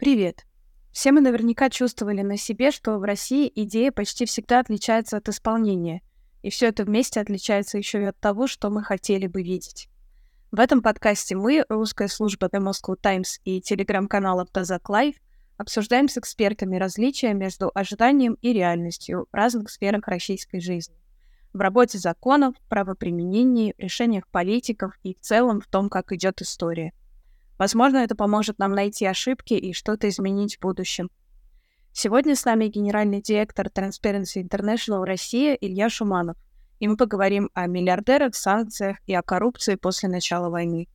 Привет! Все мы наверняка чувствовали на себе, что в России идея почти всегда отличается от исполнения, и все это вместе отличается еще и от того, что мы хотели бы видеть. В этом подкасте мы, русская служба The Moscow Times и телеграм-канал Автозак Лайв, обсуждаем с экспертами различия между ожиданием и реальностью в разных сферах российской жизни. В работе законов, правоприменении, решениях политиков и в целом в том, как идет история. Возможно, это поможет нам найти ошибки и что-то изменить в будущем. Сегодня с нами генеральный директор Transparency International Россия Илья Шуманов, и мы поговорим о миллиардерах, санкциях и о коррупции после начала войны.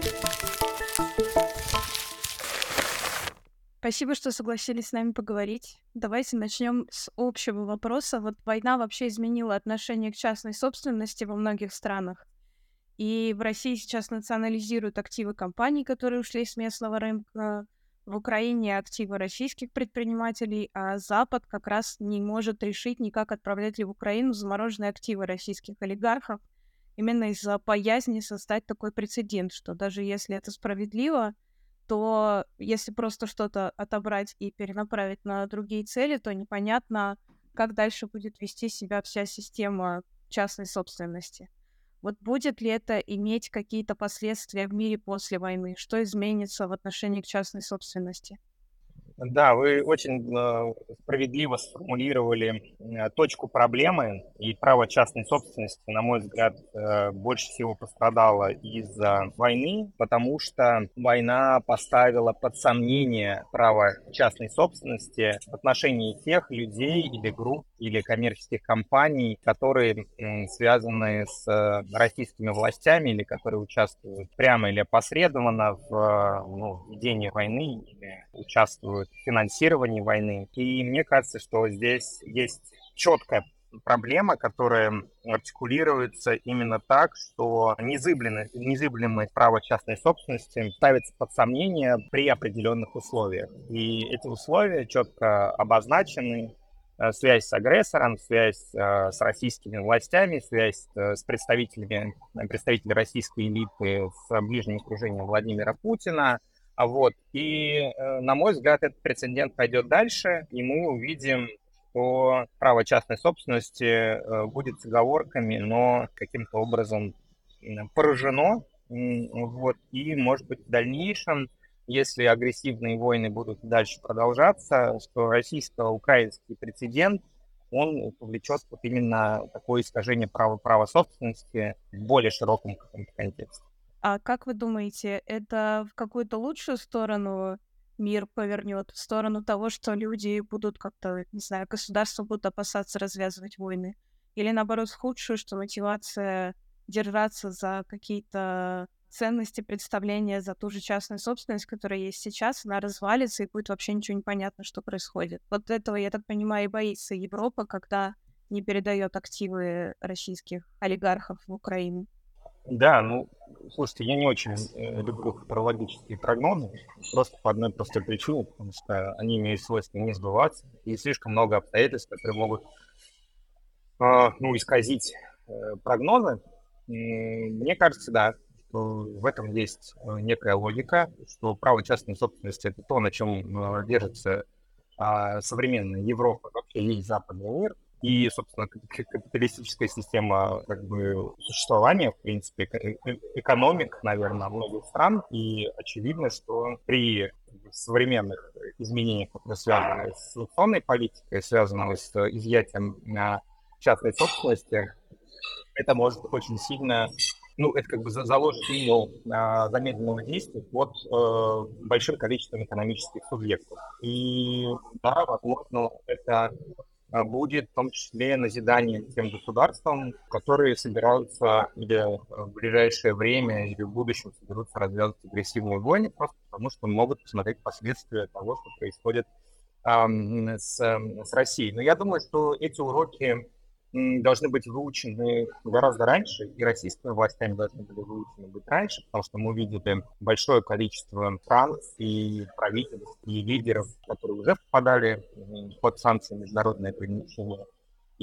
Спасибо, что согласились с нами поговорить. Давайте начнем с общего вопроса. Вот война вообще изменила отношение к частной собственности во многих странах. И в России сейчас национализируют активы компаний, которые ушли с местного рынка. В Украине активы российских предпринимателей, а Запад как раз не может решить никак, отправлять ли в Украину замороженные активы российских олигархов, именно из-за боязни создать такой прецедент, что даже если это справедливо, то если просто что-то отобрать и перенаправить на другие цели, то непонятно, как дальше будет вести себя вся система частной собственности. Вот будет ли это иметь какие-то последствия в мире после войны? Что изменится в отношении к частной собственности? Да, вы очень справедливо сформулировали точку проблемы, и право частной собственности, на мой взгляд, больше всего пострадало из-за войны, потому что война поставила под сомнение право частной собственности в отношении тех людей или групп, или коммерческих компаний, которые связаны с российскими властями или которые участвуют прямо или опосредованно в ведении войны или участвуют в финансировании войны. И мне кажется, что здесь есть четкая проблема, которая артикулируется именно так, что незыблемость права частной собственности ставится под сомнение при определенных условиях. И эти условия четко обозначены: связь с агрессором, связь с российскими властями, связь с представителями российской элиты с ближним окружением Владимира Путина. Вот. И, на мой взгляд, этот прецедент пойдет дальше, и мы увидим, что право частной собственности будет с оговорками, но каким-то образом поражено. Вот. И, может быть, в дальнейшем, если агрессивные войны будут дальше продолжаться, что российско-украинский прецедент, он повлечет вот именно такое искажение права собственности в более широком каком-то контексте. А как вы думаете, это в какую-то лучшую сторону мир повернет, в сторону того, что люди будут как-то, не знаю, государства будут опасаться развязывать войны? Или наоборот, в худшую, что мотивация держаться за какие-то ценности, представления, за ту же частную собственность, которая есть сейчас, она развалится, и будет вообще ничего не понятно, что происходит. Вот этого, я так понимаю, и боится Европа, когда не передает активы российских олигархов в Украину. Да, слушайте, я не очень люблю футурологические прогнозы, просто по одной простой причине, потому что они имеют свойство не сбываться, и слишком много обстоятельств, которые могут исказить прогнозы. Мне кажется, да, что в этом есть некая логика, что право частной собственности — это то, на чем держится современная Европа, вообще весь западный мир. И, собственно, капиталистическая система существования, в принципе, экономик, наверное, многих стран. И очевидно, что при современных изменениях, которые связаны с санкционной политикой, связанные с изъятием частной собственности, это может очень сильно, это заложит символ замедленного действия под большим количеством экономических субъектов. И да, возможно, это будет в том числе назидание тем государствам, которые собираются или в ближайшее время, или в будущем соберутся развязывать агрессивную войну, просто потому что могут посмотреть последствия того, что происходит с Россией. Но я думаю, что эти уроки должны быть выучены гораздо раньше, и российскими властями должны были выучены быть раньше, потому что мы видели большое количество стран и правительств, и лидеров, которые уже попадали под санкции международное ограничения.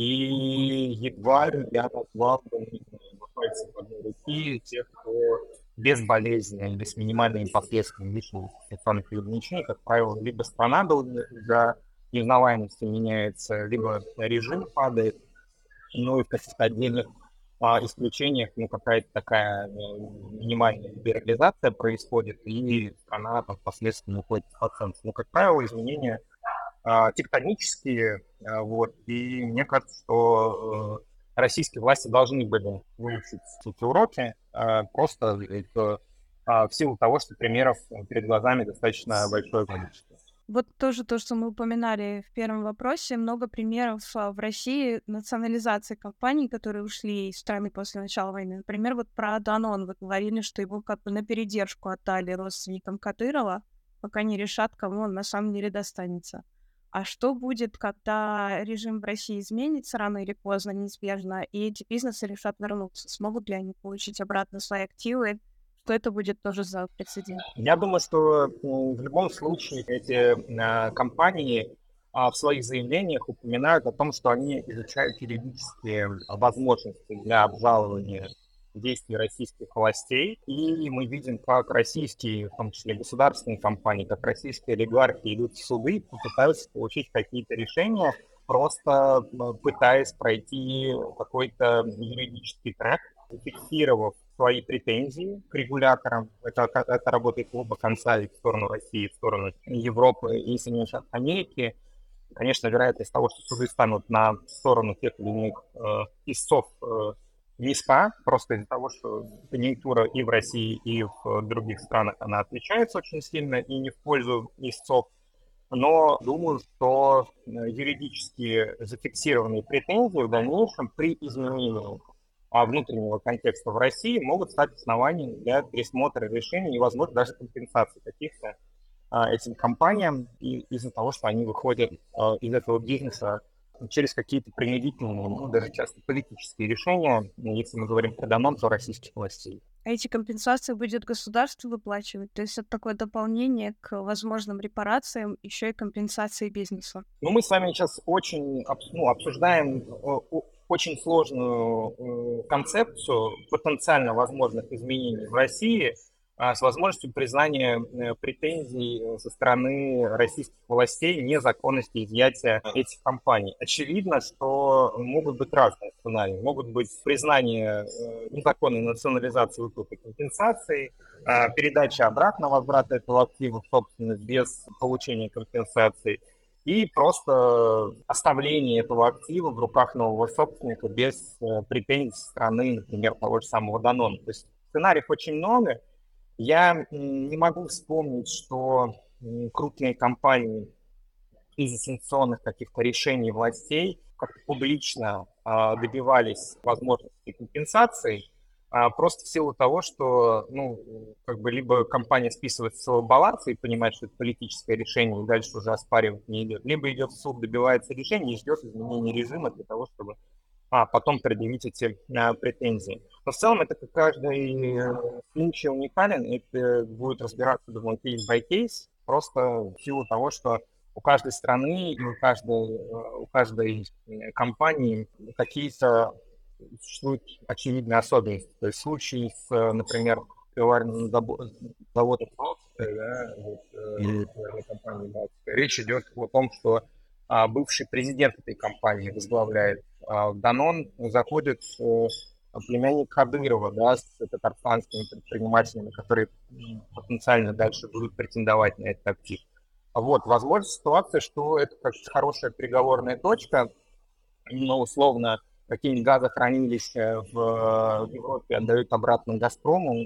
И едва ли я назвал бы на пальцах одной руки тех, кто безболезненно или с минимальными последствиями личных информационных ограничений, как правило, либо страна за неузнаваемости меняется, либо режим падает, ну и в каких-то отдельных исключениях, ну, какая-то такая минимальная либерализация происходит, и страна там впоследствии уходит в оценку. Но, как правило, изменения тектонические, вот, и мне кажется, что российские власти должны были выучить эти уроки, просто в силу того, что примеров перед глазами достаточно большое количество. Вот тоже то, что мы упоминали в первом вопросе, много примеров в России национализации компаний, которые ушли из страны после начала войны. Например, вот про Danone вы говорили, что его как бы на передержку отдали родственникам Кадырова, пока не решат, кому он на самом деле достанется. А что будет, когда режим в России изменится рано или поздно, неизбежно, и эти бизнесы решат вернуться? Смогут ли они получить обратно свои активы? Что это будет тоже за прецедент? Я думаю, что в любом случае эти компании в своих заявлениях упоминают о том, что они изучают юридические возможности для обжалования действий российских властей. И мы видим, как российские, в том числе государственные компании, как российские олигархи идут в суды и пытаются получить какие-то решения, просто пытаясь пройти какой-то юридический трек, зафиксировав свои претензии к регуляторам. Это работает в оба конца, и в сторону России, и в сторону Европы и Соединенных Штатов Америки. Конечно, вероятность того, что суды станут на сторону тех или иных истцов низка, просто из-за того, что конъюнктура и в России, и в других странах, она отличается очень сильно, и не в пользу истцов. Но думаю, что юридически зафиксированные претензии в дальнейшем при изменении внутреннего контекста в России могут стать основанием для пересмотра решений и, возможно, даже компенсации каких-то этим компаниям из-за того, что они выходят из этого бизнеса через какие-то принудительные, ну, даже часто политические решения, если мы говорим про дононцев российских властей. А эти компенсации будет государство выплачивать? То есть это такое дополнение к возможным репарациям, еще и компенсации бизнеса? Ну, мы с вами сейчас очень обсуждаем очень сложную концепцию потенциально возможных изменений в России с возможностью признания претензий со стороны российских властей незаконности изъятия этих компаний. Очевидно, что могут быть разные сценарии. Могут быть признание незаконной национализации выплаты компенсаций, передача обратно возврата этого актива в собственность без получения компенсации, и просто оставление этого актива в руках нового собственника без претензий со стороны, например, того же самого Danone. То есть сценариев очень много. Я не могу вспомнить, что крупные компании из санкционных каких-то решений властей как-то публично добивались возможности компенсации, просто в силу того, что, ну, как бы либо компания списывает с своего баланса и понимает, что это политическое решение, и дальше уже оспаривать не идет, либо идет в суд, добивается решения и ждет изменения режима для того, чтобы потом предъявить эти претензии. Но в целом это как каждый случай уникален, это будет разбираться, думаю, кейс-by кейс, просто в силу того, что у каждой страны и у каждой компании какие-то существуют очевидные особенности. То есть случаи с, например, пивоварным заводом да, вот, компании Балтика, речь идет о том, что бывший президент этой компании возглавляет Danone, заходит племянник Кадырова, да, с татарстанскими предпринимателями, которые потенциально дальше будут претендовать на этот актив. Вот, возможно, ситуация, что это как хорошая переговорная точка, но условно какие-нибудь газохранилища в Европе отдают обратно «Газпрому»,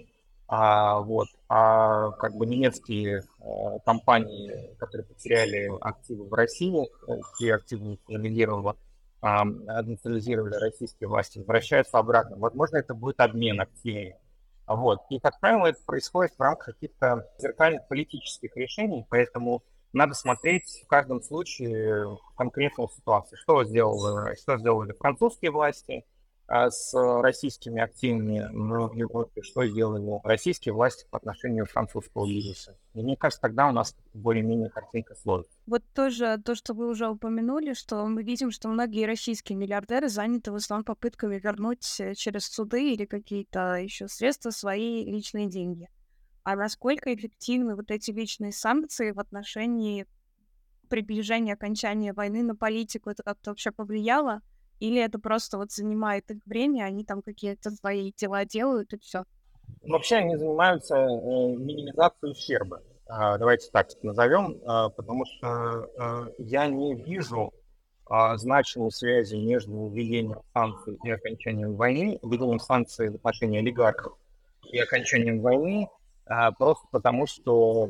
как бы немецкие компании, которые потеряли активы в России, те активы национализировали российские власти, возвращаются обратно. Возможно, это будет обмен активами. Вот. И, как правило, это происходит в рамках каких-то зеркальных политических решений, поэтому надо смотреть в каждом случае конкретную ситуацию. Что сделали французские власти, с российскими активами в Европе, что сделали российские власти по отношению к французскому бизнесу. И мне кажется, тогда у нас более-менее картинка сложится. Вот тоже то, что вы уже упомянули, что мы видим, что многие российские миллиардеры заняты в основном попытками вернуть через суды или какие-то еще средства свои личные деньги. А насколько эффективны вот эти личные санкции в отношении приближения окончания войны на политику? Это как-то вообще повлияло? Или это просто вот занимает их время, они там какие-то свои дела делают и все? Вообще они занимаются минимизацией ущерба. Давайте так назовем, потому что я не вижу значимой связи между введением санкций и окончанием войны, введением санкций в отношении олигархов и окончанием войны, просто потому что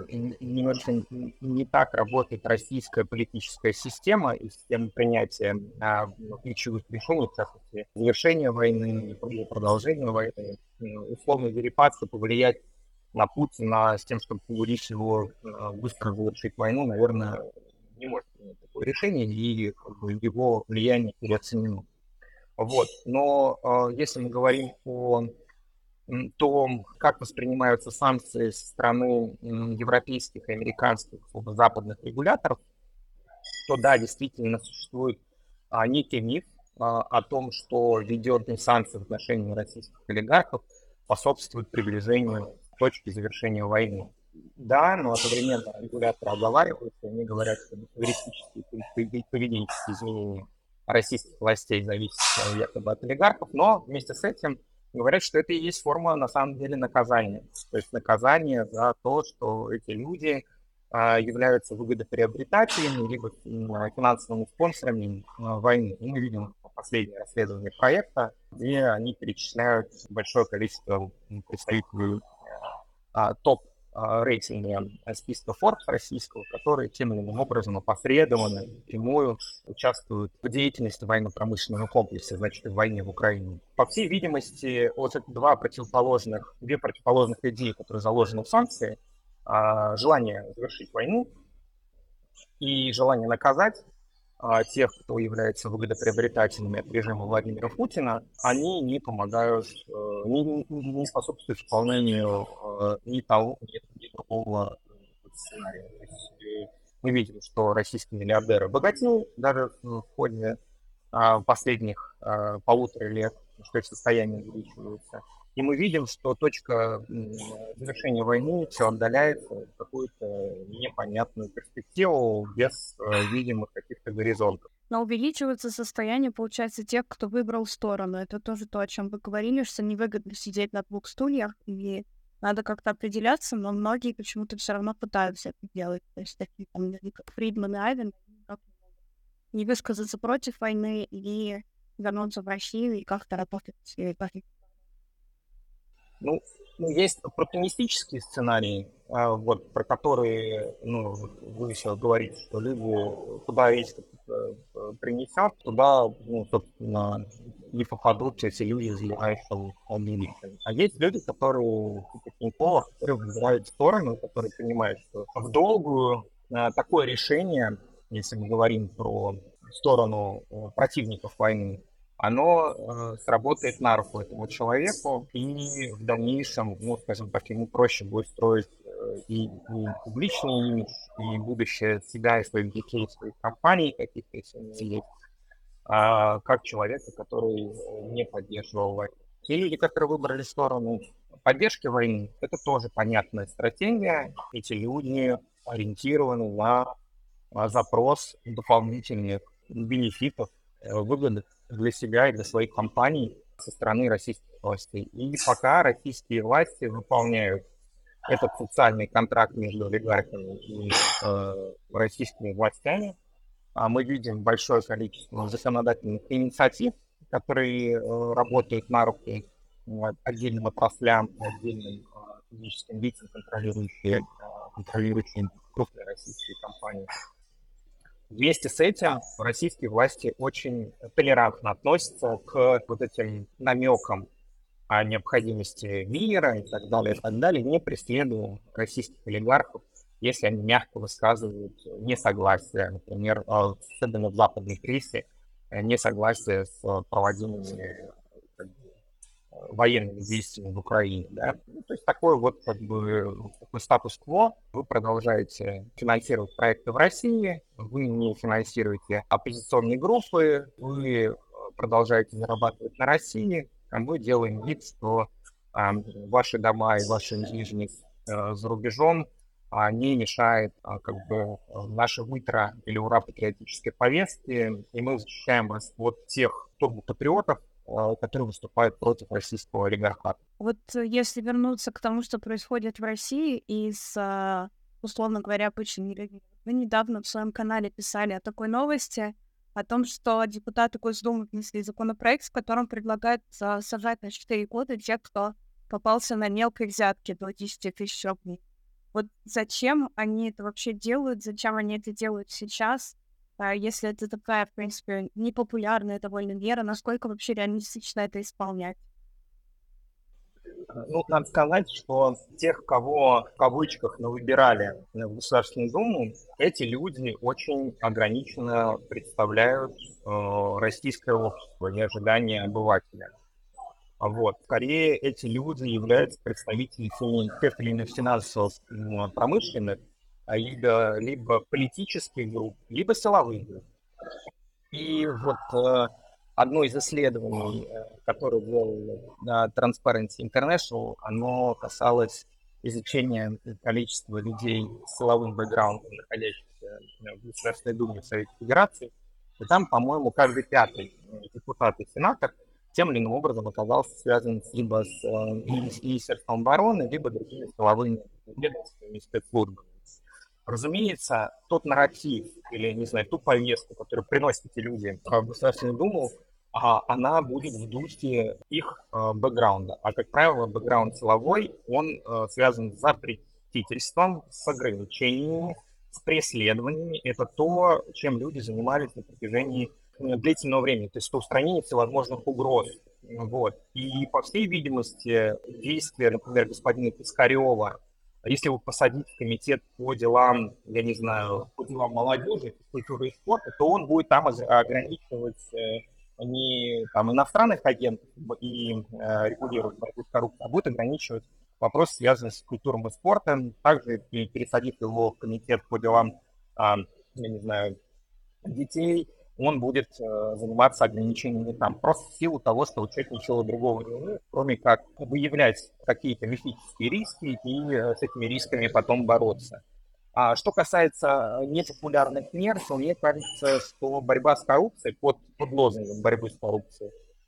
не так работает российская политическая система и система принятия ключевых решений, в частности, завершения войны или продолжения войны. Условно верификация повлиять на Путина с тем, чтобы побудить его быстро завершить войну, наверное, не может принять такое решение, и его влияние переоценено. Вот. Но если мы говорим о том, как воспринимаются санкции со стороны европейских и американских западных регуляторов, то да, действительно существует некий миф о том, что введенные санкции в отношении российских олигархов способствуют приближению точки завершения войны. Да, но современные регуляторы оговариваются, они говорят, что эвристические и поведенческие изменения российских властей зависят якобы от олигархов, но вместе с этим говорят, что это и есть форма, на самом деле, наказания. То есть наказание за то, что эти люди являются выгодоприобретателями, либо финансовыми спонсорами войны. И мы видим последнее расследование проекта, где они перечисляют большое количество представителей топ-рейтинга списка Forbes российского, которые тем или иным образом опосредованно, прямую участвуют в деятельности военно-промышленного комплекса, значит, в войне в Украине. По всей видимости, вот это две противоположных идеи, которые заложены в санкции, желание завершить войну и желание наказать тех, кто является выгодоприобретателями от режима Владимира Путина, они не помогают, не способствуют исполнению ни того, ни другого сценария. То есть, мы видим, что российские миллиардеры богатеют даже в ходе последних 1,5 лет, что их состояние увеличивается. И мы видим, что точка завершения войны все отдаляется в какую-то непонятную перспективу без видимых каких-то горизонтов. Но увеличивается состояние, получается, тех, кто выбрал сторону. Это тоже то, о чем вы говорили, что невыгодно сидеть на двух стульях, и надо как-то определяться, но многие почему-то все равно пытаются это делать. То есть такие там люди, как Фридман и Айвен, как не высказаться против войны и вернуться в Россию и как-то работать. Ну, есть оптимистические сценарии, вот, про которые вы сейчас говорите, что люди, куда речь принесет, туда, собственно, не попадут эти люди, занимающиеся милицией. А есть люди, которые, типа Тинькова, которые выбирают сторону, которые понимают, что в долгую такое решение, если мы говорим про сторону противников войны, оно сработает на руку этому человеку, и в дальнейшем, скажем так, ему проще будет строить и публичный имидж, и будущее себя, и своих детей, своих компаний каких-то, если у него есть, как человека, который не поддерживал войну. Те люди, которые выбрали сторону поддержки войны, это тоже понятная стратегия. Эти люди ориентированы на запрос дополнительных бенефитов, выгоды для себя и для своих компаний со стороны российских властей. И пока российские власти выполняют этот социальный контракт между олигархами и российскими властями, мы видим большое количество законодательных инициатив, которые работают на руку отдельным отраслям, отдельным физическим лицам, контролирующим крупные российские компании. Вместе с этим российские власти очень толерантно относятся к вот этим намекам о необходимости мира и так далее, не преследуя российских олигархов, если они мягко высказывают несогласие, например, особенно в западной прессе, несогласие с проводимыми военными действиями в Украине, да. Ну, то есть такой вот как бы такой статус-кво. Вы продолжаете финансировать проекты в России, вы не финансируете оппозиционные группы, вы продолжаете зарабатывать на России, а мы делаем вид, что ваши дома и ваша недвижимость за рубежом не мешает как бы нашей ультра или ура-патриотической повестке, и мы защищаем вас от тех турбопатриотов, которые выступают против российского олигархата. Вот если вернуться к тому, что происходит в России из, условно говоря, обычными людьми. Вы недавно в своем канале писали о такой новости, о том, что депутаты Госдумы внесли законопроект, в котором предлагают сажать на 4 года тех, кто попался на мелкой взятке до 10 тысяч рублей. Вот зачем они это вообще делают, зачем они это делают сейчас, если это такая, в принципе, непопулярная довольно мера, насколько вообще реалистично это исполнять? Ну, надо сказать, что тех, кого в кавычках выбирали в Государственную Думу, эти люди очень ограниченно представляют российское общество и ожидания обывателя. Вот. Скорее, эти люди являются представителями тех или иных финансово-промышленных, либо политических групп, либо силовых групп. И вот одно из исследований, которое делал Transparency International, оно касалось изучения количества людей с силовым бэкграундом, находящихся в Государственной Думе Совета Федерации. И там, по-моему, каждый пятый депутат и сенатор тем или иным образом оказался связан либо с Министерством обороны, либо другими силовыми ведомствами и спецслужбами. Разумеется, тот нарратив или, не знаю, ту повестку, которую приносят эти люди в Государственную Думу, она будет в духе их бэкграунда. А, как правило, бэкграунд силовой, он связан с запретительством, с ограничениями, с преследованиями. Это то, чем люди занимались на протяжении длительного времени, то есть по устранению всевозможных угроз. Вот. И, по всей видимости, действия, например, господина Пискарева, если его посадить в комитет по делам, я не знаю, по делам молодежи, культуры и спорта, то он будет там ограничивать не там, иностранных агентов и регулировать борьбу с коррупцией, а будет ограничивать вопрос, связанный с культурой и спортом. Также пересадив его в комитет по делам, я не знаю, детей, он будет заниматься ограничениями там, просто в силу того, что человек ничего другого не умеет, кроме как выявлять какие-то мифические риски и с этими рисками потом бороться. А что касается непопулярных мер, то мне кажется, что борьба с коррупцией под лозунгом борьбы с коррупцией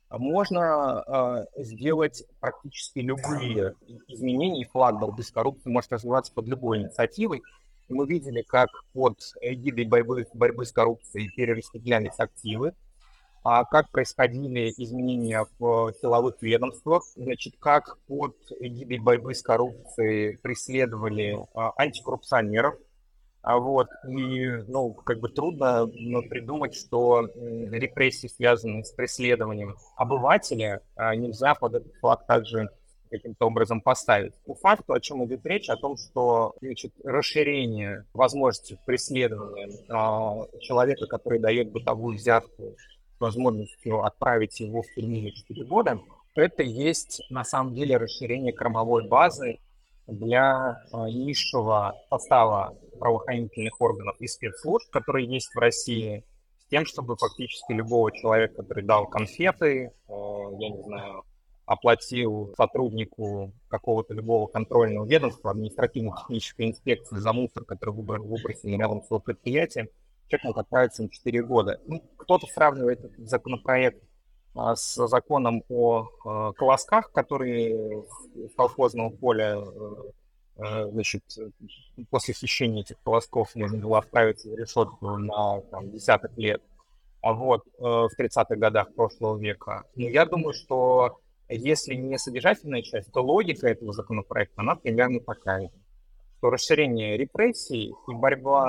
можно сделать практически любые изменения, и флаг борьбы с коррупцией может развиваться под любой инициативой. И мы видели, как под эгидой борьбы с коррупцией перераспределялись активы, как происходили изменения в силовых ведомствах, значит, как под эгидой борьбы с коррупцией преследовали антикоррупционеров. Вот, и, ну, как бы трудно придумать, что репрессии, связанные с преследованием обывателя, нельзя под этот флаг также каким-то образом поставить. По факту, о чем идет речь, о том, что, значит, расширение возможности преследования человека, который дает бытовую взятку, с возможностью отправить его в тюрьму на 4 года, это и есть на самом деле расширение кормовой базы для низшего состава правоохранительных органов и спецслужб, которые есть в России, с тем, чтобы фактически любого человека, который дал конфеты, я не знаю, оплатил сотруднику какого-то любого контрольного ведомства, административно-технической инспекции за мусор, который выбросили рядом с его предприятием, человек мог отправиться на 4 года. Ну, кто-то сравнивает этот законопроект с законом о колосках, которые с колхозного поля, значит, после хищения этих колосков можно было отправиться за решетку на десяток лет, в 30-х годах прошлого века. Но я думаю, что если не содержательная часть, то логика этого законопроекта, она примерно такая, что расширение репрессий и борьба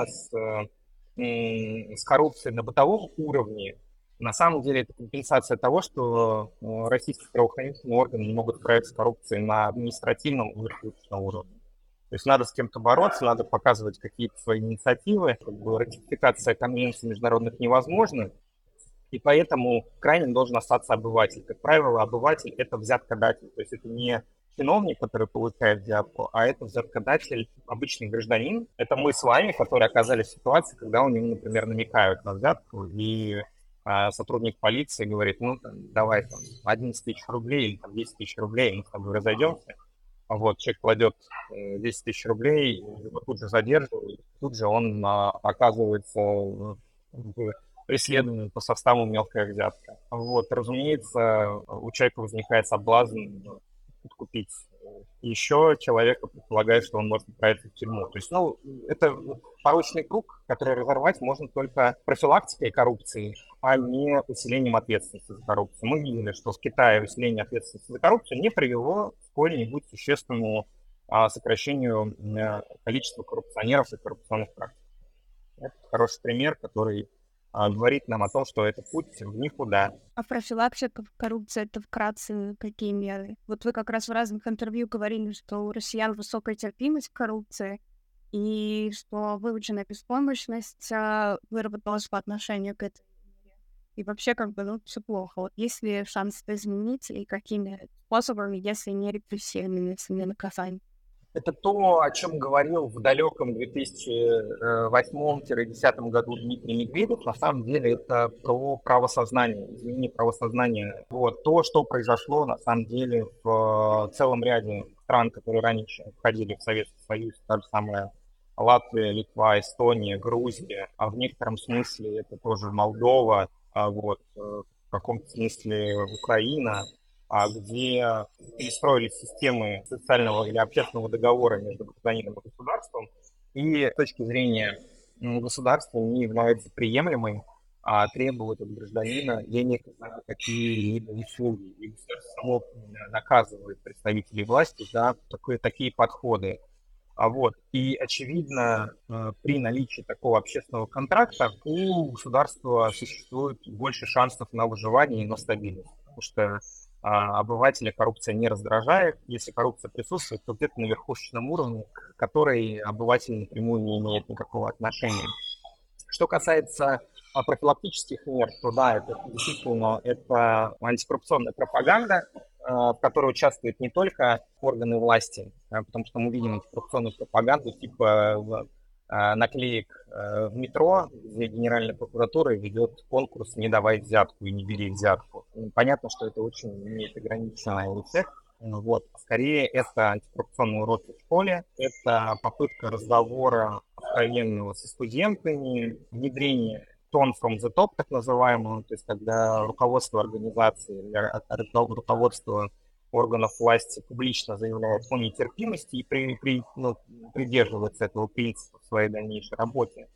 с коррупцией на бытовом уровне на самом деле это компенсация того, что российские правоохранительные органы не могут справиться с коррупцией на административном и верхушечном уровне. То есть надо с кем-то бороться, надо показывать какие-то свои инициативы. Как бы ратификация конвенций международных невозможна. И поэтому крайним должен остаться обыватель. Как правило, обыватель – это взяткодатель. То есть это не чиновник, который получает взятку, а это взяткодатель, обычный гражданин. Это мы с вами, которые оказались в ситуации, когда у него, например, намекают на взятку, и сотрудник полиции говорит, ну, там, давай там 11 тысяч рублей или там 10 тысяч рублей, мы с тобой разойдемся. Вот, человек кладет 10 тысяч рублей, его тут же задерживают, тут же он оказывается в преследовании по составу мелкая взятка. Вот, разумеется, у человека возникает соблазн купить еще человека, предполагает, что он может отправиться в тюрьму. То есть, ну, это порочный круг, который разорвать можно только профилактикой коррупции, а не усилением ответственности за коррупцию. Мы видели, что в Китае усиление ответственности за коррупцию не привело к сколь-нибудь существенному сокращению количества коррупционеров и коррупционных практик. Это хороший пример, который говорит нам о том, что это путь в никуда. А профилактика коррупции — это вкратце какие меры? Вот вы как раз в разных интервью говорили, что у россиян высокая терпимость к коррупции, и что выученная беспомощность выработалась по отношению к этой мере. И вообще, как бы, ну, все плохо. Вот есть ли шанс это изменить, и какими способами, если не репрессиями, если не наказанием? Это то, о чем говорил в далеком 2008-2010 году Дмитрий Медведев. На самом деле это про правосознание, изменение правосознания. Вот. То, что произошло на самом деле в целом ряде стран, которые раньше входили в Советский Союз, та же самая Латвия, Литва, Эстония, Грузия, а в некотором смысле это тоже Молдова, в каком-то смысле Украина, где перестроились системы социального или общественного договора между гражданином и государством, и с точки зрения государства не является приемлемым требовать от гражданина денег за какие-либо услуги. И государство само наказывает представителей власти за такие подходы. И, очевидно, при наличии такого общественного контракта у государства существует больше шансов на выживание и на стабильность. Потому что обывателя коррупция не раздражает. Если коррупция присутствует, то где-то на верхушечном уровне, к которой обыватель напрямую не имеет никакого отношения. Что касается профилактических мер, то да, это действительно это антикоррупционная пропаганда, в которой участвуют не только органы власти, потому что мы видим антикоррупционную пропаганду типа наклеек в метро, где Генеральная прокуратура ведет конкурс «Не давай взятку» и «Не бери взятку». Понятно, что это очень имеет ограниченный эффект. Скорее, это антикоррупционные уроки в школе, это попытка разговора откровенного со студентами, внедрение tone from the top, так называемого, то есть когда руководство организации или руководство органов власти публично заявляет о нетерпимости и придерживается этого принципа в своей дальнейшей работе.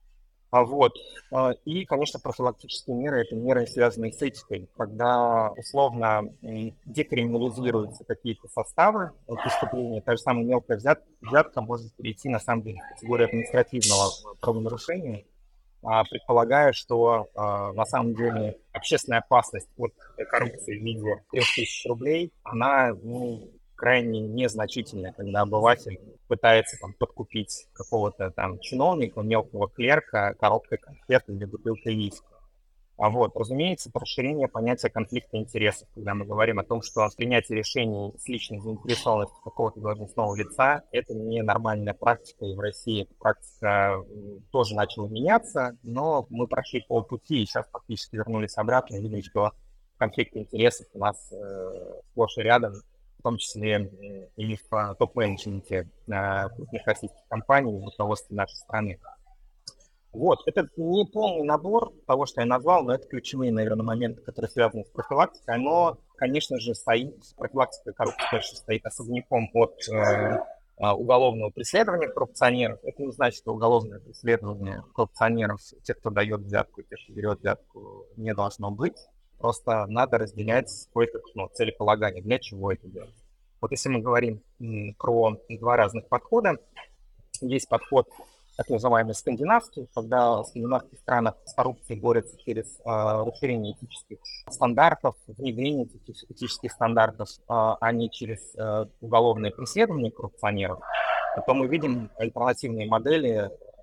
И, конечно, профилактические меры – это меры, связанные с этикой, когда условно декриминализируются какие-то составы преступления, та же самая мелкая взятка может перейти, на самом деле, в категорию административного правонарушения, предполагая, что на самом деле общественная опасность от коррупции в виде 3000 рублей, она крайне незначительная, когда обыватель пытается подкупить какого-то там чиновника, мелкого клерка коробкой конфет или бутылкой виски. Разумеется, расширение понятия конфликта интересов, когда мы говорим о том, что принятие решений с личной заинтересованностью какого-то должностного лица – это не нормальная практика, и в России эта практика тоже начала меняться, но мы прошли полпути и сейчас фактически вернулись обратно и видим, что конфликт интересов у нас сплошь и рядом, в том числе и в топ-менеджменте крупных российских компаний в руководстве нашей страны. Это не полный набор того, что я назвал, но это ключевые, наверное, моменты, которые связаны с профилактикой. Оно, конечно же, профилактика коррупции, конечно, стоит особняком от уголовного преследования коррупционеров. Это не значит, что уголовное преследование коррупционеров, тех, кто дает взятку, тех, кто берет взятку, не должно быть. Просто надо разделять какое-то целеполагание, для чего это делать. Если мы говорим про два разных подхода, есть подход так называемый скандинавский, когда в скандинавских странах с коррупцией борются через расширение этических стандартов, внедрение этических стандартов, а не через уголовное преследование коррупционеров, то мы видим альтернативные модели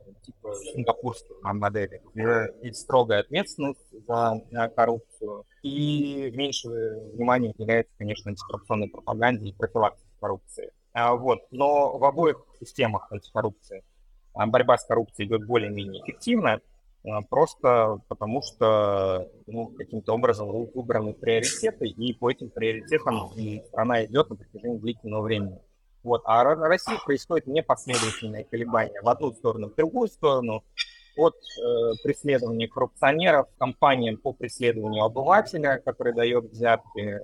типа сингапурской модели, где есть строгая ответственность за коррупцию и меньше внимания уделяется, конечно, антикоррупционной пропаганде и профилактике коррупции. Вот. Но в обоих системах антикоррупции борьба с коррупцией идет более-менее эффективно, просто потому что каким-то образом выбраны приоритеты, и по этим приоритетам страна идет на протяжении длительного времени. Вот. А в России происходит непоследовательное колебание в одну сторону, в другую сторону, от преследования коррупционеров, кампаниям по преследованию обывателя, который дает взятки,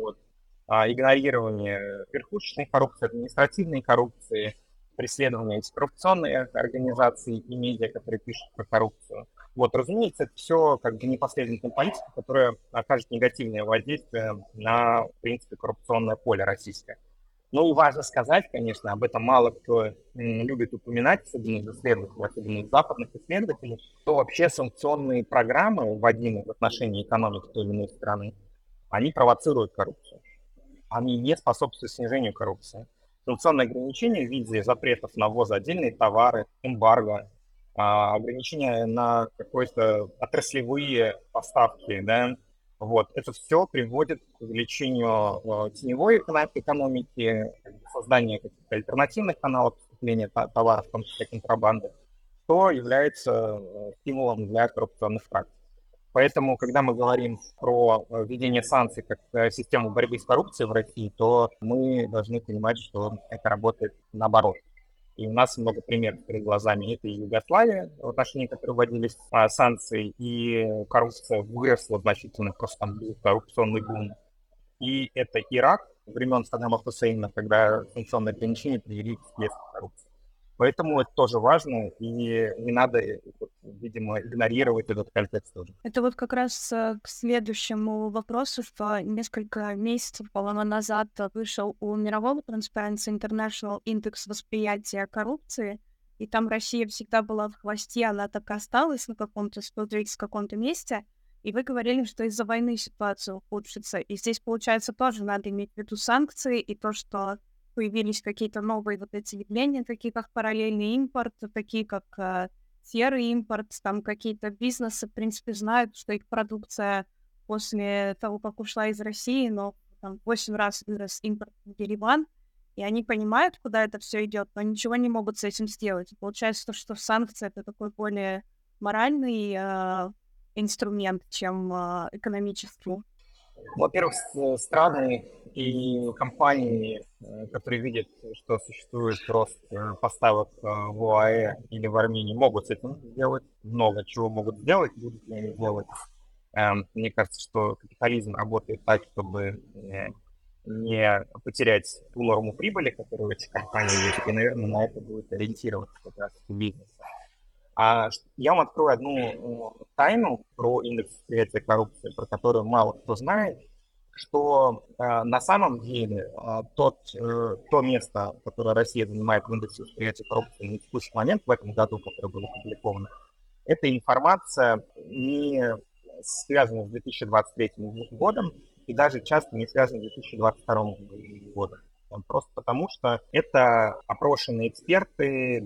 игнорирование верхушечной коррупции, административной коррупции, преследование антикоррупционной организации и медиа, которые пишут про коррупцию. Вот, разумеется, это все как бы непоследовательная политика, которая окажет негативное воздействие на, в принципе, коррупционное поле российское. Ну и важно сказать, конечно, об этом мало кто любит упоминать, особенно из исследователей, особенно из западных исследователей, что вообще санкционные программы, вводимые в отношении экономики той или иной страны, они провоцируют коррупцию. Они не способствуют снижению коррупции. Санкционные ограничения в виде запретов на ввоз отдельные товары, эмбарго, ограничения на какие-то отраслевые поставки, да, вот, это все приводит к увеличению теневой экономики, созданию каких-то альтернативных каналов поступления товаров, в том числе контрабанды, что является стимулом для коррупционных практик. Поэтому, когда мы говорим про введение санкций как систему борьбы с коррупцией в России, то мы должны понимать, что это работает наоборот. И у нас много примеров перед глазами. Это и Югославия, в отношении которой вводились санкции, и коррупция выросла значительно, просто там был коррупционный бум. И это Ирак времен Саддама Хусейна, когда санкционные ограничения привели к следствию коррупции. Поэтому это тоже важно, и не надо, видимо, игнорировать этот контекст тоже. Это вот как раз к следующему вопросу, что несколько месяцев, по-моему, назад вышел у мирового Transparency International индекс восприятия коррупции, и там Россия всегда была в хвосте, она так и осталась на каком-то 130 каком-то месте, и вы говорили, что из-за войны ситуация ухудшится. И здесь, получается, тоже надо иметь в виду санкции и то, что появились какие-то новые вот эти явления, такие как параллельный импорт, такие как серый импорт, там какие-то бизнесы, в принципе, знают, что их продукция после того, как ушла из России, но там 8 раз вырос импорт в Ереван, и они понимают, куда это все идет, но ничего не могут с этим сделать. И получается, что санкции — это такой более моральный инструмент, чем экономический. Во-первых, страны и компании, которые видят, что существует рост поставок в ОАЭ или в Армении, могут с этим сделать. Много чего могут сделать, будут ли они делать. Мне кажется, что капитализм работает так, чтобы не потерять ту норму прибыли, которую эти компании есть, и, наверное, на это будет ориентироваться как раз бизнес. Я вам открою одну тайну про индекс восприятия коррупции, про которую мало кто знает, что на самом деле то место, которое Россия занимает в индексе восприятия коррупции на текущий момент, в этом году, которое было опубликовано, эта информация не связана с 2023 годом и даже часто не связана с 2022 годом. Просто потому, что это опрошенные эксперты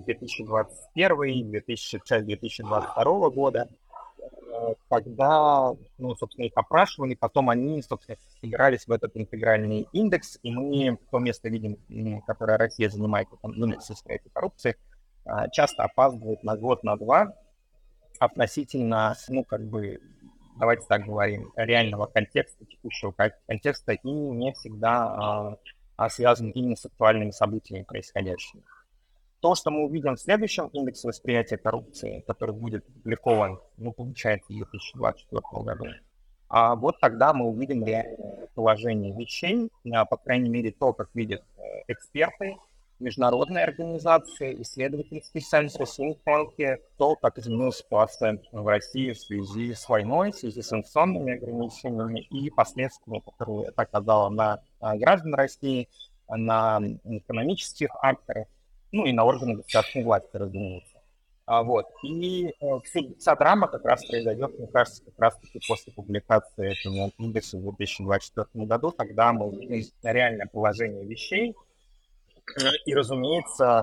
2021-2022 года, когда, собственно, их опрашивали, потом они, собственно, игрались в этот интегральный индекс, и мы то место видим, которое Россия занимает в индексе восприятия коррупции, часто опаздывает на год, на два относительно, давайте так говорим, реального контекста, текущего контекста, и не всегда связан именно с актуальными событиями происходящими. То, что мы увидим в следующем индексе восприятия коррупции, который будет опубликован, получается, в 2024 году, вот тогда мы увидим реальное положение вещей, по крайней мере, то, как видят эксперты, международные организации, исследовательские центры, think-танки, то, как изменилась ситуация в России в связи с войной, в связи с санкционными ограничениями и последствиями, которые это оказало на граждан России, на экономических акторов, и на органы государственной власти, разумеется. И вся драма как раз произойдет, мне кажется, как раз-таки после публикации этого индекса в 2024 году, тогда мы увидим реальное положение вещей. И, разумеется,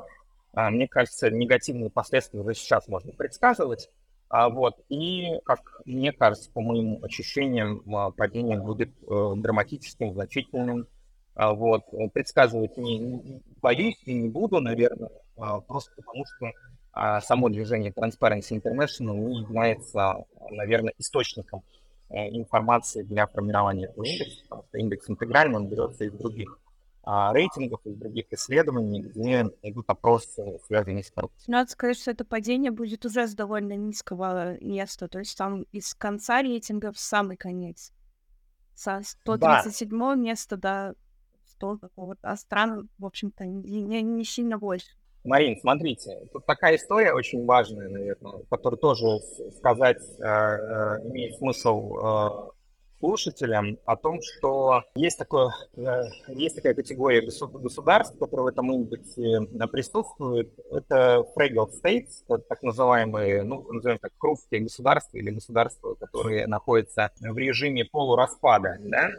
Мне кажется, негативные последствия уже сейчас можно предсказывать. И, как мне кажется, по моим ощущениям, падение будет драматическим, значительным. Предсказывать не боюсь и не буду, наверное, просто потому что само движение Transparency International не является, наверное, источником информации для формирования этого индекса, потому что индекс интегральный, он берется из других рейтингов, из других исследований, где идут опросы, связанные с коррупцией. Надо сказать, что это падение будет уже с довольно низкого места, то есть там из конца рейтинга в самый конец. Со Да, 137 места до 100 какого-то, а стран, в общем-то, не сильно больше. Марин, смотрите, тут такая история очень важная, наверное, которую тоже сказать имеет смысл слушателям о том, что есть такая категория государств, которые в этом индексе присутствуют. Это fragile states, это так называемые, ну, назовем так, хрупкие государства или государства, которые находятся в режиме полураспада, да?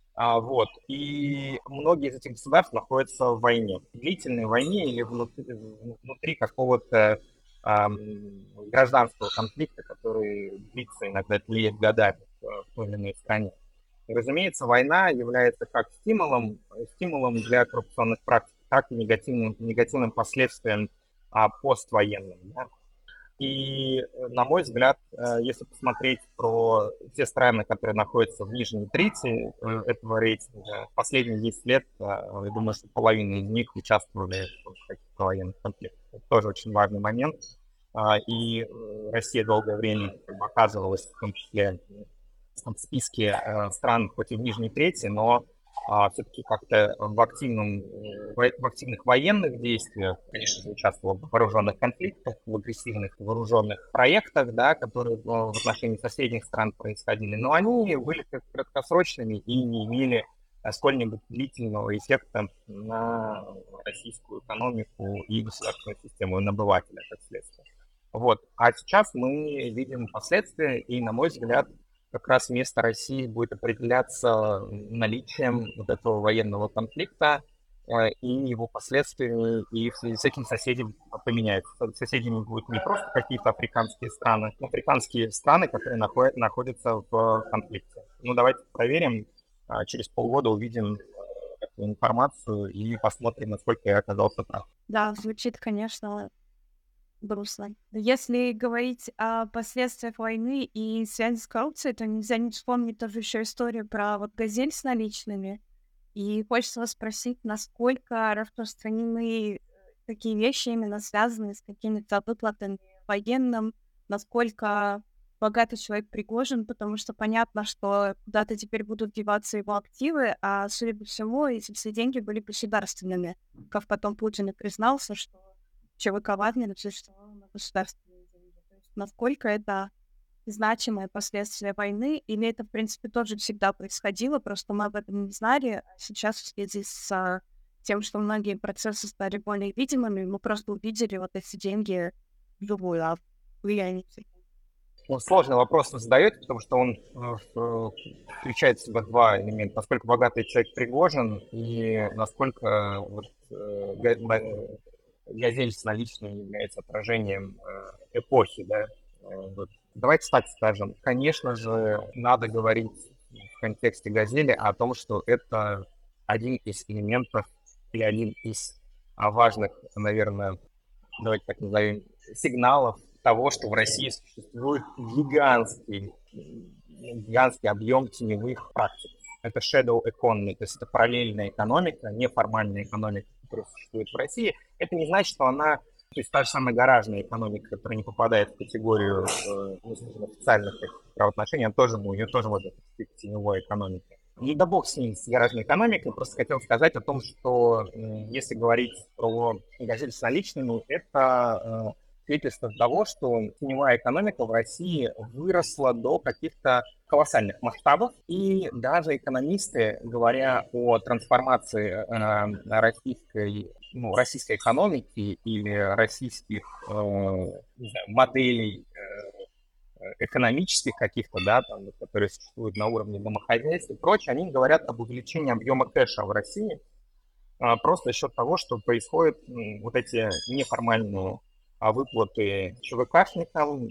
И многие из этих государств находятся в войне, длительной войне или внутри какого-то гражданского конфликта, который длится иногда тлеет годами в той или иной стране. И, разумеется, война является как стимулом для коррупционных практик, так и негативным последствием поствоенным. Да? И, на мой взгляд, если посмотреть про те страны, которые находятся в нижней трети этого рейтинга, последние 10 лет, я думаю, что половина из них участвовали в каких-то военных конфликтах. Это тоже очень важный момент. Россия долгое время оказывалась, в том числе в списке стран хоть и в нижней трети, но все-таки как-то в активных военных действиях, конечно же, участвовал в вооруженных конфликтах, в агрессивных вооруженных проектах, да, которые в отношении соседних стран происходили, но они были краткосрочными и не имели сколь-нибудь длительного эффекта на российскую экономику и государственную систему, и на обывателя, как следствие. А сейчас мы видим последствия, и, на мой взгляд, как раз место России будет определяться наличием вот этого военного конфликта и его последствиями, и в связи с этим соседи поменяются. Соседями будут не просто какие-то африканские страны, но африканские страны, которые находятся в конфликте. Ну, давайте проверим, через полгода увидим эту информацию и посмотрим, насколько я оказался прав. Да, звучит, конечно, грустно. Если говорить о последствиях войны и связи с коррупцией, то нельзя не вспомнить тоже еще историю про вот «Газель» с наличными. И хочется вас спросить, насколько распространены такие вещи, именно связанные с какими-то выплатами военным, насколько богатый человек Пригожин, потому что понятно, что куда-то теперь будут деваться его активы, а, судя по всему, эти все деньги были государственными. Как потом Путин и признался, что ЧВК Вагнера существовало на государственные деньги. То есть насколько это значимое последствие войны, или это, в принципе, тоже всегда происходило, просто мы об этом не знали, а сейчас в связи с тем, что многие процессы стали более видимыми, мы просто увидели вот эти деньги вживую, а влияние всегда. Сложный вопрос вы задаете, потому что он включает в себя два элемента. Насколько богатый человек Пригожин и насколько «Газель» с наличными является отражением эпохи. Да? Давайте так скажем. Конечно же, надо говорить в контексте «Газели» о том, что это один из элементов или один из важных, наверное, давайте так назовем, сигналов того, что в России существует гигантский объем теневых практик. Это shadow economy, то есть это параллельная экономика, неформальная экономика, которая существует в России. Это не значит, что она, то есть та же самая гаражная экономика, которая не попадает в категорию официальных правоотношений, ее тоже можно отнести к теневой экономике. Ну да бог с ним, с гаражной экономикой. Просто хотел сказать о том, что если говорить про «Газель» с наличными, это свидетельство того, что теневая экономика в России выросла до каких-то колоссальных масштабов. И даже экономисты, говоря о трансформации российской экономики или российских не знаю, моделей экономических каких-то, да, там, которые существуют на уровне домохозяйств и прочее, они говорят об увеличении объема кэша в России. просто за счет того, что происходят вот эти неформальные выплаты ЧВКшникам,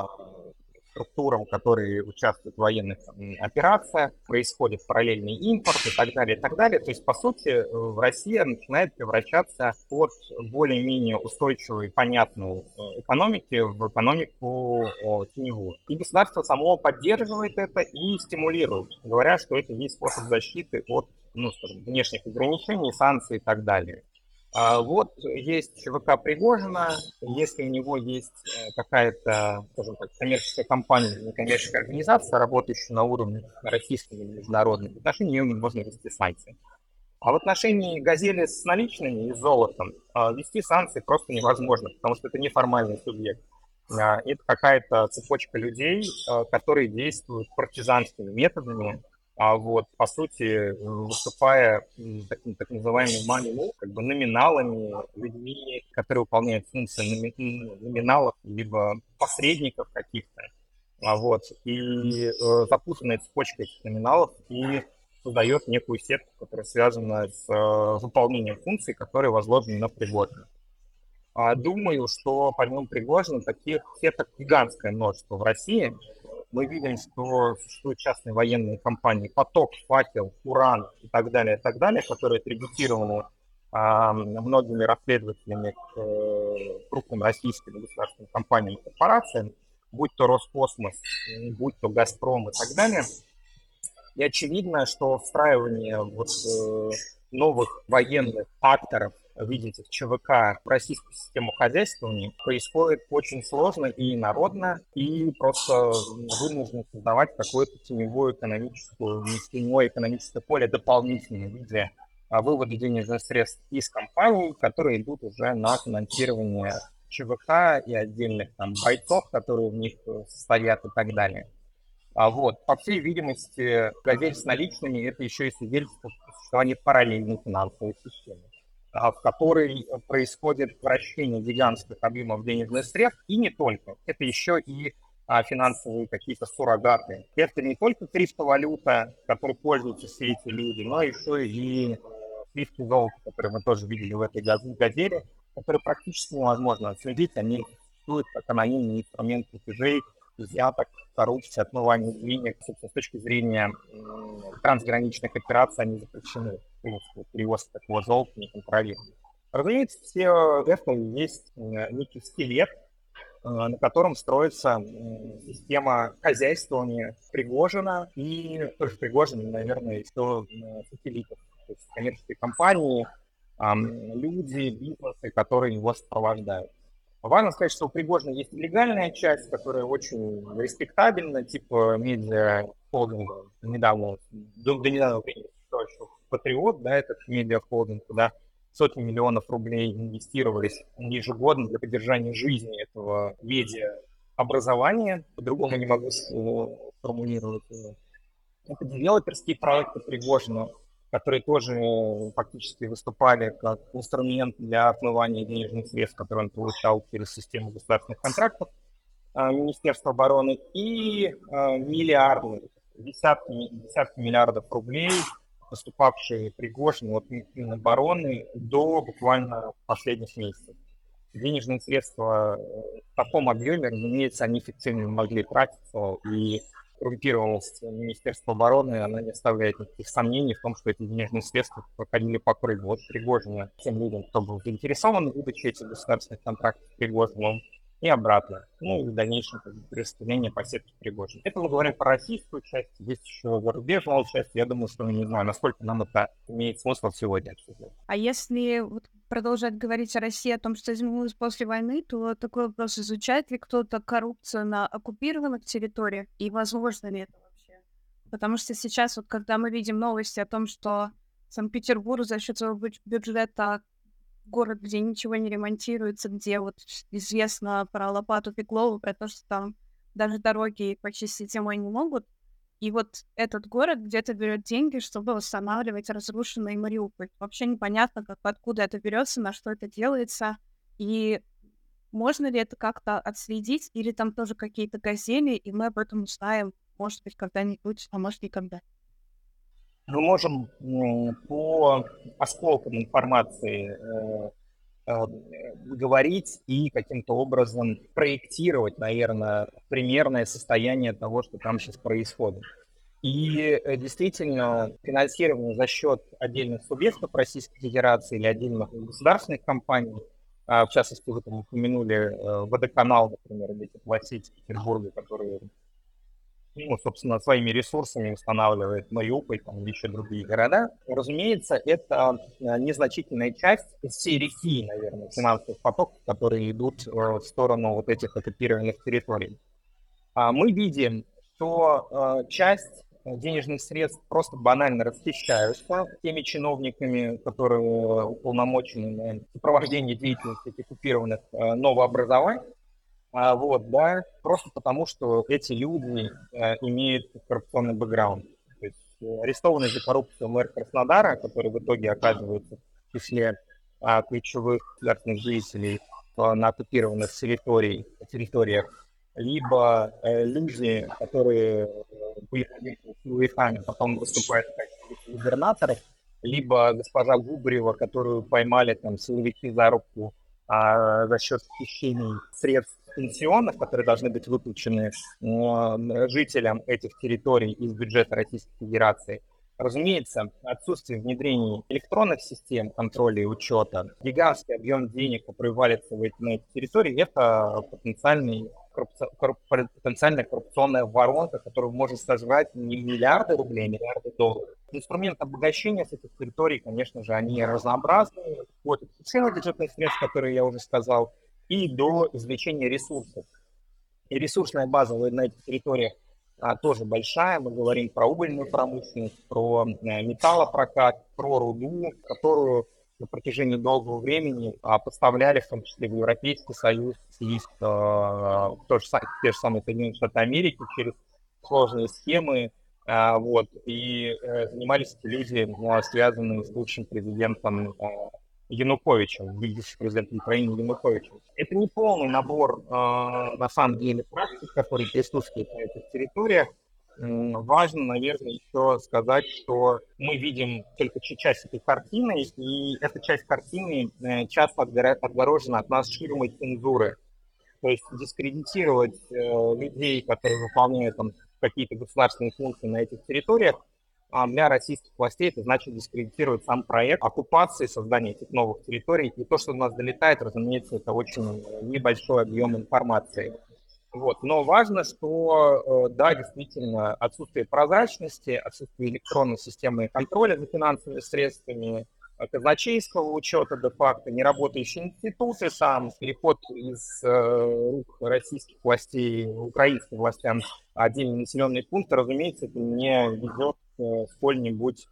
структурам, которые участвуют в военных операциях, происходит параллельный импорт и так далее, и так далее. То есть, по сути, Россия начинает превращаться от более-менее устойчивой, понятной экономики в экономику теневую. И государство само поддерживает это и стимулирует, говоря, что это есть способ защиты от, ну, скажем, внешних ограничений, санкций и так далее. Вот есть ЧВК Пригожина, если у него есть какая-то, скажем так, коммерческая компания, некоммерческая организация, работающая на уровне российского или международного, в отношении нее можно вести санкции. А в отношении «Газели» с наличными и с золотом вести санкции просто невозможно, потому что это неформальный субъект. Это какая-то цепочка людей, которые действуют партизанскими методами, вот, по сути, выступая такими так называемыми money, как бы номиналами, людьми, которые выполняют функции номиналов, либо посредников каких-то, вот, и запутанная цепочка этих номиналов и создает некую сетку, которая связана с выполнением функций, которые возложены на Пригожина. Думаю, что помимо Пригожина таких сеток гигантское множество в России. Мы видим, что существуют частные военные компании «Поток», «Факел», «Уран» и так далее, которые атрибутированы многими расследователями к крупным российским государственным компаниям и корпорациям, будь то Роскосмос, будь то Газпром и так далее. И очевидно, что встраивание вот новых военных акторов в виде этих ЧВК в российскую систему хозяйствования происходит очень сложно и народно, и просто вынуждено создавать какое-то теневое экономическое поле дополнительное в виде вывода денежных средств из компаний, которые идут уже на финансирование ЧВК и отдельных там бойцов, которые в них состоят и так далее. Вот, по всей видимости, «Газель» с наличными – это еще и свидетельство существования параллельной финансовой системы, в которой происходит вращение гигантских объемов денежных средств, и не только. Это еще и финансовые какие-то суррогаты. Это не только криптовалюта, которой пользуются все эти люди, но еще и сливки золота, которые мы тоже видели в этой «Газели», которые практически невозможно отследить. Они существуют как анонимный инструмент платежей, взяток, коррупции, отмывания денег. Собственно, с точки зрения трансграничных операций они запрещены. Перевоз такого золота не контролируем. Разумеется, все это есть некий скелет, на котором строится система хозяйствования Пригожина и тоже Пригожина, наверное, еще сателлитов. То есть коммерческие компании, люди, бизнесы, которые его сопровождают. Важно сказать, что у Пригожина есть легальная часть, которая очень респектабельна, типа медиа-холдинга. Недавно, до недавнего времени, еще Патриот, да, этот медиа-холдинг, куда сотни миллионов рублей инвестировались ежегодно для поддержания жизни этого медиа-образования. По-другому не могу сформулировать его. Это девелоперские проекты Пригожина, которые тоже фактически выступали как инструмент для отмывания денежных средств, которые он получал через систему государственных контрактов Министерства обороны, и миллиарды, десятки миллиардов рублей, поступавшие Пригожину от Минобороны до буквально последних месяцев. Денежные средства в таком объеме, разумеется, они эффективно не могли тратиться, и коррумпированность Министерства обороны, она не оставляет никаких сомнений в том, что эти денежные средства проходили по кругу. Вот Пригожина тем людям, кто был заинтересован в выдаче этих государственных контрактов Пригожиным, и обратно. Ну и в дальнейшем распределение по сетке Пригожина. Это мы говорим про российскую часть, есть еще зарубежная часть. Я думаю, что не знаю, насколько нам это имеет смысл сегодня обсуждать. А если вот продолжать говорить о России, о том, что изменилось после войны, то такой вопрос: изучает ли кто-то коррупцию на оккупированных территориях, и возможно ли это вообще? Потому что сейчас, вот когда мы видим новости о том, что Санкт-Петербург за счет своего бюджета город, где ничего не ремонтируется, где вот известно про лопату Пеклову, про то, что там даже дороги почистить зимой не могут. И вот этот город где-то берет деньги, чтобы восстанавливать разрушенный Мариуполь. Вообще непонятно, откуда это берется, на что это делается, и можно ли это как-то отследить, или там тоже какие-то газели, и мы об этом узнаем, может быть, когда-нибудь, а может, никогда. мы можем по осколкам информации говорить и каким-то образом проектировать, наверное, примерное состояние того, что там сейчас происходит. И действительно, финансирование за счет отдельных субъектов Российской Федерации или отдельных государственных компаний, в частности, вы там упомянули водоканал, например, или теплосеть Петербурга, которые, ну, собственно, своими ресурсами устанавливает Мариуполь, там, или еще другие города. Разумеется, это незначительная часть из всей реки, наверное, финансовых потоков, которые идут в сторону вот этих оккупированных территорий. Мы видим, что часть денежных средств просто банально расхищаются теми чиновниками, которые уполномочены на сопровождение деятельности оккупированных новообразований. Вот, да, просто потому, что эти люди имеют коррупционный бэкграунд. То есть арестованный за коррупцию мэр Краснодара, который в итоге оказывается в числе ключевых государственных деятелей на оккупированных территориях, либо люди, которые были силовиками, потом выступают в качестве губернаторов, либо госпожа Губарева, которую поймали там силовики за руку за счет хищений средств пенсионных, которые должны быть выплачены жителям этих территорий из бюджета Российской Федерации. Разумеется, отсутствие внедрения электронных систем контроля и учета, гигантский объем денег, который валится на эти территории, это потенциальная коррупционная воронка, которая может сожрать не миллиарды рублей, а миллиарды долларов. Инструменты обогащения с этих территорий, конечно же, они разнообразны, от цены бюджетных средств, которые я уже сказал, и до извлечения ресурсов. И ресурсная база на этих территориях тоже большая. Мы говорим про угольную промышленность, про металлопрокат, про руду, которую на протяжении долгого времени поставляли, в том числе в Европейский Союз, и те же самые Соединенные Штаты Америки через сложные схемы. Вот, и занимались эти люди, связанные с бывшим президентом Януковичем, бывшим президентом Украины Януковичем. Это не полный набор, на самом деле, практик, которые присутствуют на этих территориях. Важно, наверное, еще сказать, что мы видим только часть этой картины, и эта часть картины часто отгорожена от нас ширмой цензуры. То есть дискредитировать людей, которые выполняют там какие-то государственные функции на этих территориях, для российских властей это значит дискредитировать сам проект оккупации, создания этих новых территорий. И то, что до нас долетает, разумеется, это очень небольшой объем информации. Вот. Но важно, что, да, действительно, отсутствие прозрачности, отсутствие электронной системы контроля за финансовыми средствами, казначейского учета де-факто, неработающие институты, сам переход из рук российских властей украинским властям отдельные населенные пункты, разумеется, это не ведет к сколь-нибудь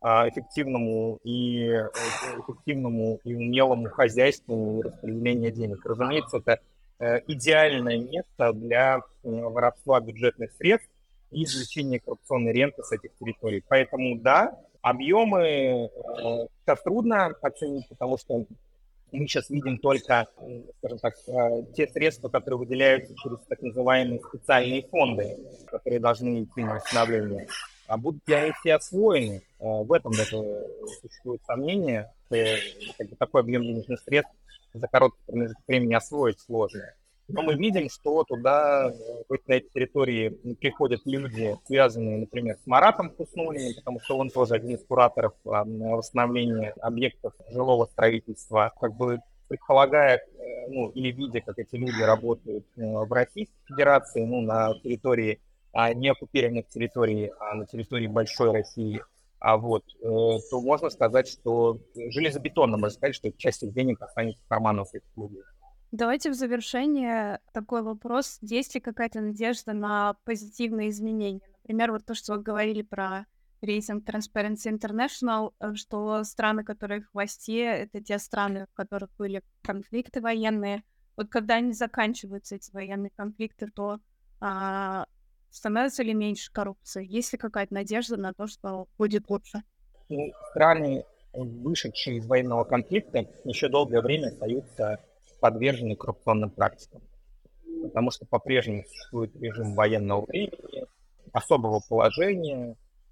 эффективному и умелому хозяйству распределения денег. Разумеется, это идеальное место для воровства бюджетных средств и извлечения коррупционной ренты с этих территорий. Поэтому, да, объемы сейчас трудно оценить, потому что мы сейчас видим только, скажем так, те средства, которые выделяются через так называемые специальные фонды, которые должны идти на восстановление. А будут ли они все освоены? В этом даже существует сомнение. Такой объем денежных средств за короткий промежуток времени освоить сложно. Но мы видим, что туда, на эти территории приходят люди, связанные, например, с Маратом Хуснуллиным, потому что он тоже один из кураторов восстановления объектов жилого строительства, как бы предполагая, ну, или видя, как эти люди работают в Российской Федерации, ну, на территории не оккупированных территорий, а на территории большой России, то можно сказать, что железобетонно можно сказать, что часть их денег останется в карманах этих людей. Давайте в завершение такой вопрос. Есть ли какая-то надежда на позитивные изменения? Например, вот то, что вы говорили про рейтинг Transparency International, что страны, которые в хвосте, это те страны, в которых были конфликты военные. Вот когда они заканчиваются, эти военные конфликты, то становится ли меньше коррупции? Есть ли какая-то надежда на то, что будет лучше? Страны, вышедшие из военного конфликта, еще долгое время остаются подвержены коррупционным практикам, потому что по-прежнему существует режим военного времени, особого положения,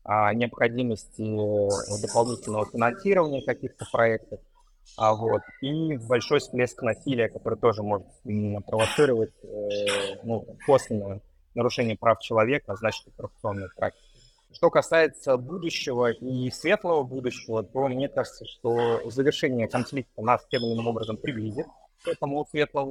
необходимости дополнительного финансирования каких-то проектов. И большой всплеск насилия, который тоже может провоцировать косвенное нарушение прав человека, а значит и коррупционные практики. Что касается будущего и светлого будущего, то мне кажется, что завершение конфликта нас тем или иным образом приблизит к этому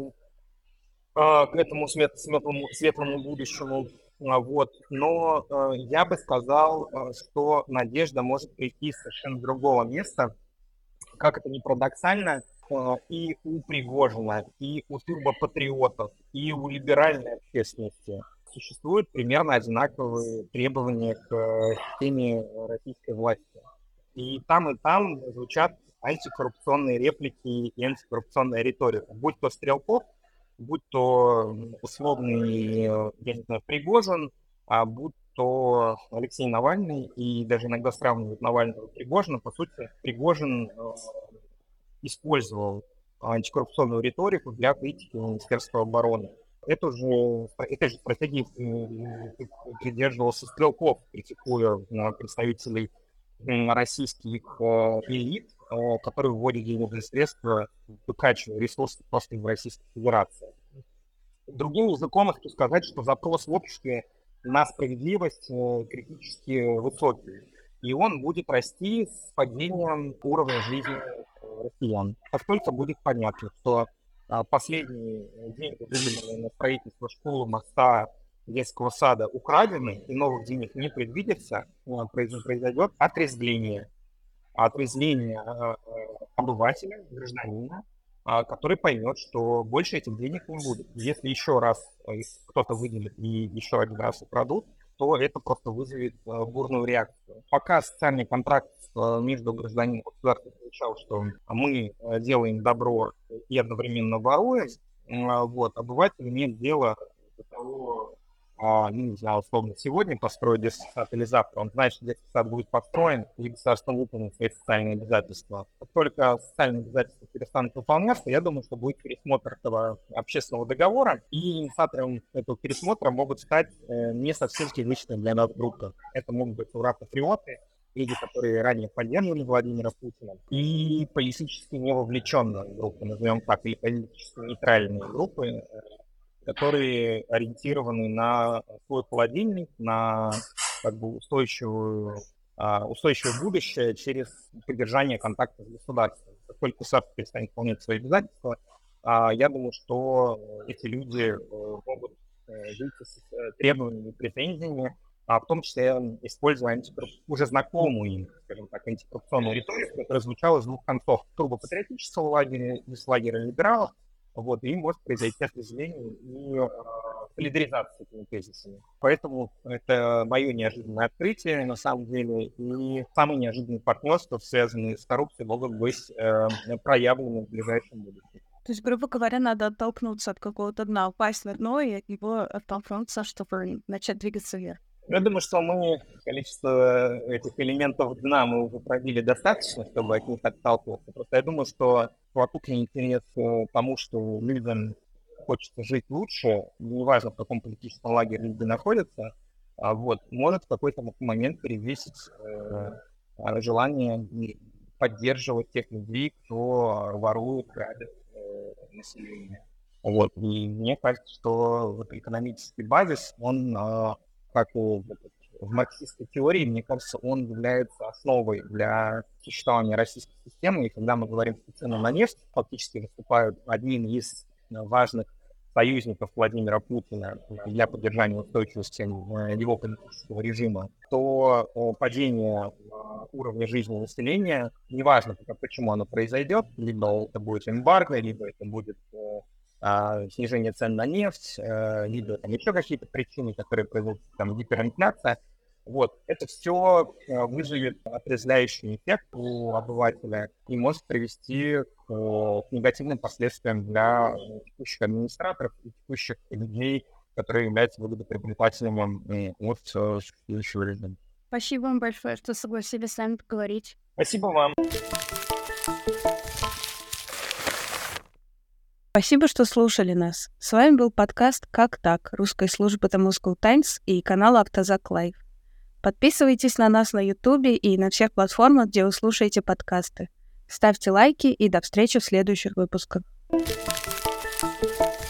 светлому будущему. Но я бы сказал, что надежда может прийти с совершенно другого места. Как это ни парадоксально, и у Пригожина, и у турбопатриотов, и у либеральной общественности существуют примерно одинаковые требования к системе российской власти. И там звучат антикоррупционные реплики и антикоррупционная риторика. Будь то Стрелков, будь то условный, Пригожин, будь то Алексей Навальный, и даже иногда сравнивают Навального и Пригожина. По сути, Пригожин использовал антикоррупционную риторику для критики Министерства обороны. Этой же стратегии придерживался Стрелков, критикуя представителей российских элит, которые вводят денежные средства, выкачивая ресурсы просто в Российской Федерации. Другим языком я хочу сказать, что запрос в обществе на справедливость критически высокий, и он будет расти с падением уровня жизни россиян. Как только будет понятно, что последние деньги, выделенные на строительство школы, моста, детского сада, украдены, и новых денег не предвидится, произойдет отрезвление обывателя, гражданина, который поймет, что больше этих денег не будет. Если еще раз кто-то выделит и еще один раз украдут, то это просто вызовет бурную реакцию. Пока социальный контракт между гражданином и государством означал, что мы делаем добро и одновременно воруем, обыватель имеет дело до того, не знаю, условно, сегодня построить детский сад или завтра. Он знает, что детский сад будет построен, и государство выполнит свои социальные обязательства. Как только социальные обязательства перестанут выполняться, я думаю, что будет пересмотр этого общественного договора, и инициатором этого пересмотра могут стать не совсем привычные для нас группы. Это могут быть ура-патриоты, люди, которые ранее поддерживали Владимира Путина, и политически не вовлеченные группы, назовем так, или политически нейтральные группы, которые ориентированы на свой холодильник, на устойчивое будущее через поддержание контакта с государством. Как только государство перестанет выполнять свои обязательства, я думаю, что эти люди могут выйти с требованиями и претензиями, в том числе используя уже знакомую им, скажем так, антикоррупционную риторику, которая звучала с двух концов: турбопатриотического лагеря и с лагеря либералов. И может произойти отрезвление и солидаризация с этими тезисами. Поэтому это мое неожиданное открытие, на самом деле, и самые неожиданные партнерства, связанные с коррупцией, могут быть проявлены в ближайшем будущем. То есть, грубо говоря, надо оттолкнуться от какого-то дна, упасть на дно и от него оттолкнуться, чтобы начать двигаться вверх. Я думаю, что количество этих элементов дна мы уже пробили достаточно, чтобы от них отталкиваться. Просто я думаю, что совокупный интерес к тому, что людям хочется жить лучше, неважно, в каком политическом лагере люди находятся, может в какой-то момент перевесить желание поддерживать тех людей, кто ворует, грабит население. И мне кажется, что экономический базис, он, как в марксистской теории, мне кажется, он является основой для существования российской системы. И когда мы говорим про цены на нефть, фактически выступают одним из важных союзников Владимира Путина для поддержания устойчивости его политического режима, то падение уровня жизни населения, неважно почему оно произойдет, либо это будет эмбарго, либо это будет снижение цен на нефть, либо еще какие-то причины, которые произойдут, гиперинфляция. Это все вызовет отрезвляющий эффект у обывателя и может привести к негативным последствиям для текущих администраторов и текущих людей, которые являются выгодоприобретателями от существующего режима. Спасибо вам большое, что согласились с нами поговорить. Спасибо вам. Спасибо, что слушали нас. С вами был подкаст «Как так?» русской службы The Moscow Times и канала Автозак Лайв. Подписывайтесь на нас на YouTube и на всех платформах, где вы слушаете подкасты. Ставьте лайки и до встречи в следующих выпусках.